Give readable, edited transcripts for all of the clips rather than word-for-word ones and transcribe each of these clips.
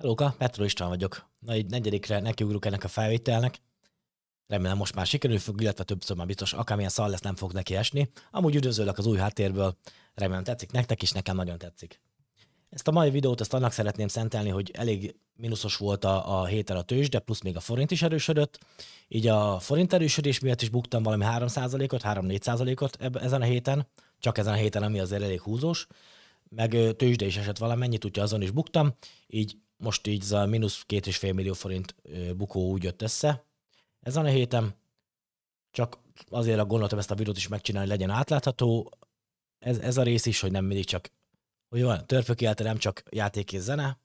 Helóka, Petro István vagyok. Na, így negyedikre nekiugrok ennek a felvételnek. Remélem most már sikerül fog, illetve többször már biztos akármilyen szar lesz, nem fog neki esni. Amúgy üdvözöllek az új háttérből. Remélem tetszik nektek is, nekem nagyon tetszik. Ezt a mai videót ezt annak szeretném szentelni, hogy elég mínuszos volt a héten a tőzsde, plusz még a forint is erősödött. Így a forint erősödés miatt is buktam valami 3%-ot, 3-4%-ot ezen a héten. Csak ezen a héten, ami azért elég húzós. Meg tőzsde is esett valamennyit, úgyhogy azon is buktam. Így most így a mínusz 2,5 millió forint bukó úgy jött össze. Ezen a héten csak azért gondoltam ezt a videót is megcsinálni, hogy legyen átlátható. Ez a rész is, hogy nem mindig csak, hogy van, törpök élete, nem csak játék és zene.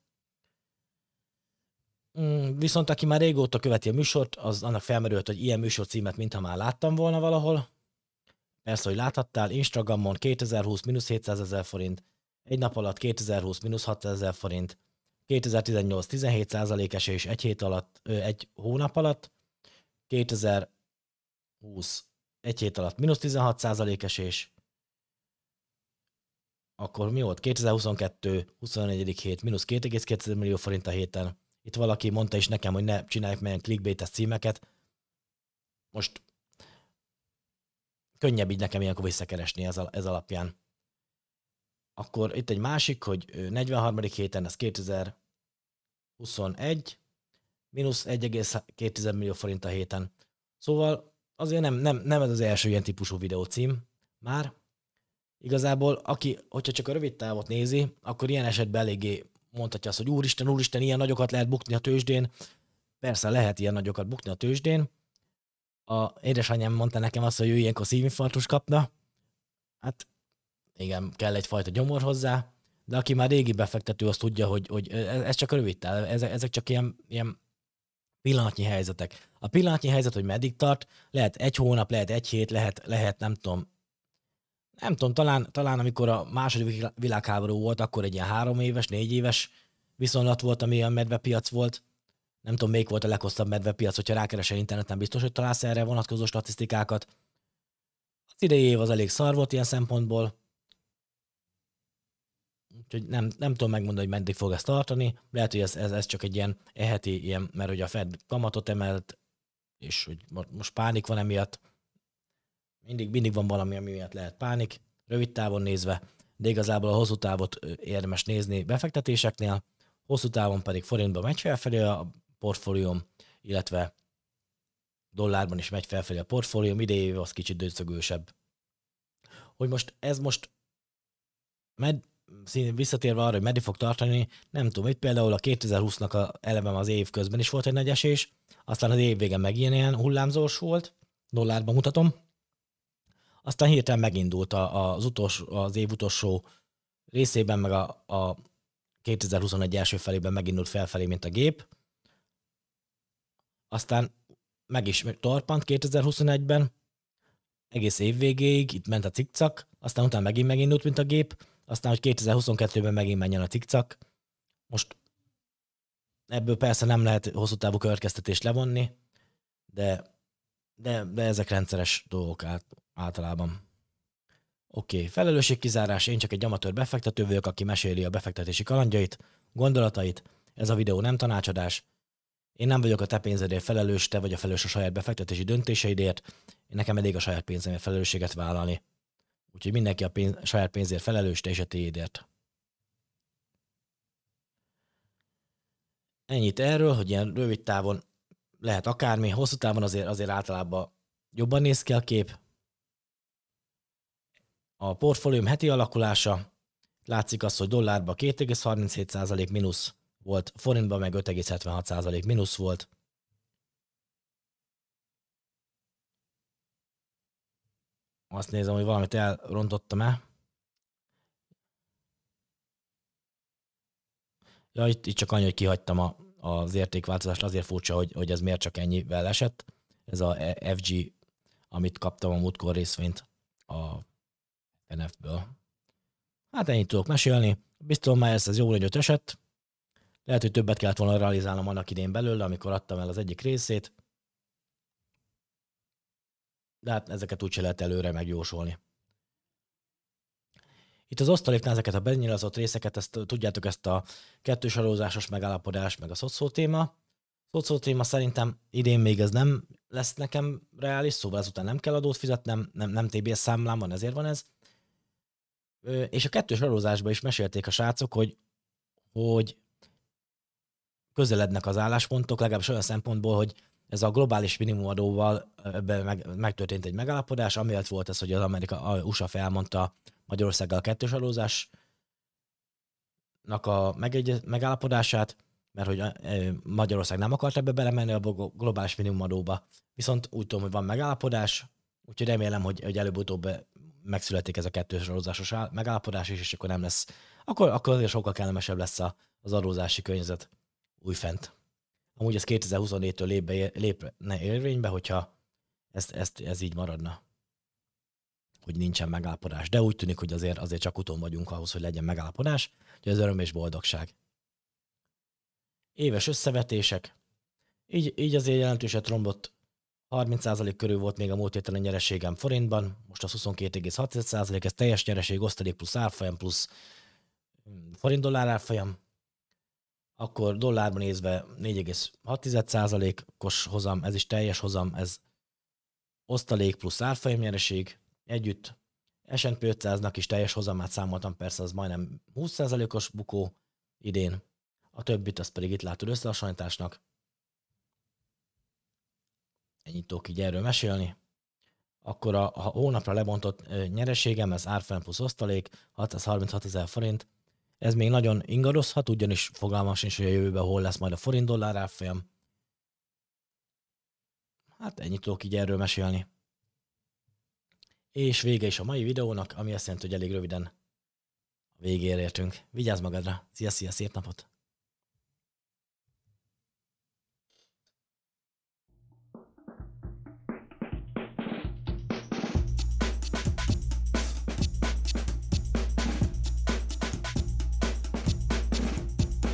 Viszont aki már régóta követi a műsort, az annak felmerült, hogy ilyen műsorcímet mintha már láttam volna valahol. Persze, hogy láthattál, Instagramon 2020 mínusz 700 000 forint, egy nap alatt 2020 mínusz 600 000 forint, 2018 17% esés egy hónap alatt, 2020 egy hét alatt mínusz 16% esés, akkor mi volt? 2022 24. hét mínusz 2,2 millió forint a héten. Itt valaki mondta is nekem, hogy ne csináljuk melyen clickbait-es címeket. Most könnyebb így nekem ilyenkor visszakeresni ez alapján. Akkor itt egy másik, hogy 43. héten, ez 2021, mínusz 1,2 millió forint a héten. Szóval azért nem ez az első ilyen típusú videócím már. Igazából, hogyha csak a rövid távot nézi, akkor ilyen esetben eléggé mondhatja azt, hogy úristen, ilyen nagyokat lehet bukni a tőzsdén. Persze lehet ilyen nagyokat bukni a tőzsdén. A édesanyám mondta nekem azt, hogy ő ilyenkor szívinfarktus kapna. Hát igen, kell egyfajta gyomor hozzá, de aki már régi befektető, azt tudja, hogy ez csak a rövid táv, ezek csak ilyen pillanatnyi helyzetek. A pillanatnyi helyzet, hogy meddig tart, lehet egy hónap, lehet egy hét, lehet nem tudom, talán amikor a második világháború volt, akkor egy ilyen 3 éves, 4 éves viszonylat volt, ami a medvepiac volt. Nem tudom, még volt a leghosszabb medvepiac, hogyha rákeresel interneten, biztos, hogy találsz erre vonatkozó statisztikákat. Az idei év az elég szar volt ilyen szempontból. Úgyhogy nem tudom megmondani, hogy meddig fog ezt tartani. Lehet, hogy ez csak egy ilyen eheti, mert hogy a Fed kamatot emelt, és hogy most pánik van emiatt. Mindig van valami, ami miatt lehet pánik, rövid távon nézve, de igazából a hosszú távot érdemes nézni befektetéseknél, hosszú távon pedig forintban megy felfelé a portfólióm, illetve dollárban is megy felfelé a portfólióm, idei az kicsit döcögősebb. Hogy most visszatérve arra, hogy meddig fog tartani, nem tudom, itt például a 2020-nak eleve az év közben is volt egy nagy esés, aztán az év végén meg ilyen hullámzós volt, dollárban mutatom, aztán hirtelen megindult az év utolsó részében, meg a 2021 első felében megindult felfelé, mint a gép. Aztán meg is torpant 2021-ben, egész év végéig, itt ment a cikcak, aztán utána megint megindult, mint a gép, aztán, hogy 2022-ben megint menjen a cikcak. Most ebből persze nem lehet hosszú távú következtetést levonni, de ezek rendszeres dolgok általában. Oké, felelősségkizárás, én csak egy amatőr befektető vagyok, aki meséli a befektetési kalandjait, gondolatait. Ez a videó nem tanácsadás. Én nem vagyok a te pénzedért felelős, te vagy a felelős a saját befektetési döntéseidért. Nekem elég a saját pénzemért felelősséget vállalni. Úgyhogy mindenki a saját pénzért felelős, te és a tiédért. Ennyit erről, hogy ilyen rövid távon lehet akármi, hosszú távon azért általában jobban néz ki a kép. A portfólióm heti alakulása, látszik az, hogy dollárban 2,37% mínusz volt, forintban meg 5,76% mínusz volt. Azt nézem, hogy valamit elrontottam-e. Ja, itt csak annyi, hogy kihagytam az értékváltozást, azért furcsa, hogy ez miért csak ennyivel esett. Ez a FG, amit kaptam a múltkor részvényt a NF-ből. Hát ennyit tudok mesélni. Biztos már ez jó nagyot esett. Lehet, hogy többet kellett volna realizálnom annak idén belőle, amikor adtam el az egyik részét. De hát ezeket úgyse lehet előre megjósolni. Itt az osztaléknál ezeket a benyilazott részeket, tudjátok, ezt a kettős adózásos megállapodás, meg a szocótéma. Szocótéma szerintem idén még ez nem lesz nekem reális, szóval ezután nem kell adót fizetnem, nem TBS számlám van, ezért van ez. És a kettős adózásban is mesélték a srácok, hogy közelednek az álláspontok, legalábbis olyan szempontból, hogy ez a globális minimumadóval ebben megtörtént egy megállapodás, amiatt volt ez, hogy az USA felmondta Magyarországgal a kettős adózásnak a megállapodását, mert hogy Magyarország nem akart ebbe belemenni a globális minimumadóba. Viszont úgy tudom, hogy van megállapodás, úgyhogy remélem, hogy előbb-utóbb megszületik ez a kettős adózásos megállapodás is, és akkor nem lesz, akkor azért sokkal kellemesebb lesz az adózási környezet újfent. Amúgy ez 2024-től lépne érvénybe, hogyha ez így maradna, hogy nincsen megállapodás. De úgy tűnik, hogy azért csak úton vagyunk ahhoz, hogy legyen megállapodás, hogy az öröm és boldogság. Éves összevetések. Így azért jelentősen romlott, 30% körül volt még a múlt héten a nyereségem forintban, most az 22,6%, ez teljes nyereség, osztalék plusz árfolyam plusz forint-dollár árfolyam. Akkor dollárban nézve 4,6%-os hozam, ez is teljes hozam, ez osztalék plusz árfolyam nyereség együtt. S&P 500-nak is teljes hozamát számoltam, persze az majdnem 20%-os bukó idén. A többit azt pedig itt látod összehasonlításnak. Ennyit tudok így erről mesélni. Akkor a hónapra lebontott nyereségem, ez árfolyam plusz osztalék, 636 000 forint. Ez még nagyon ingadozhat, ugyanis fogalmam sincs, hogy a jövőben hol lesz majd a forint-dollár árfolyam. Hát ennyit tudok így erről mesélni. És vége is a mai videónak, ami azt jelenti, hogy elég röviden a végére értünk. Vigyázz magadra! Szia, szép napot!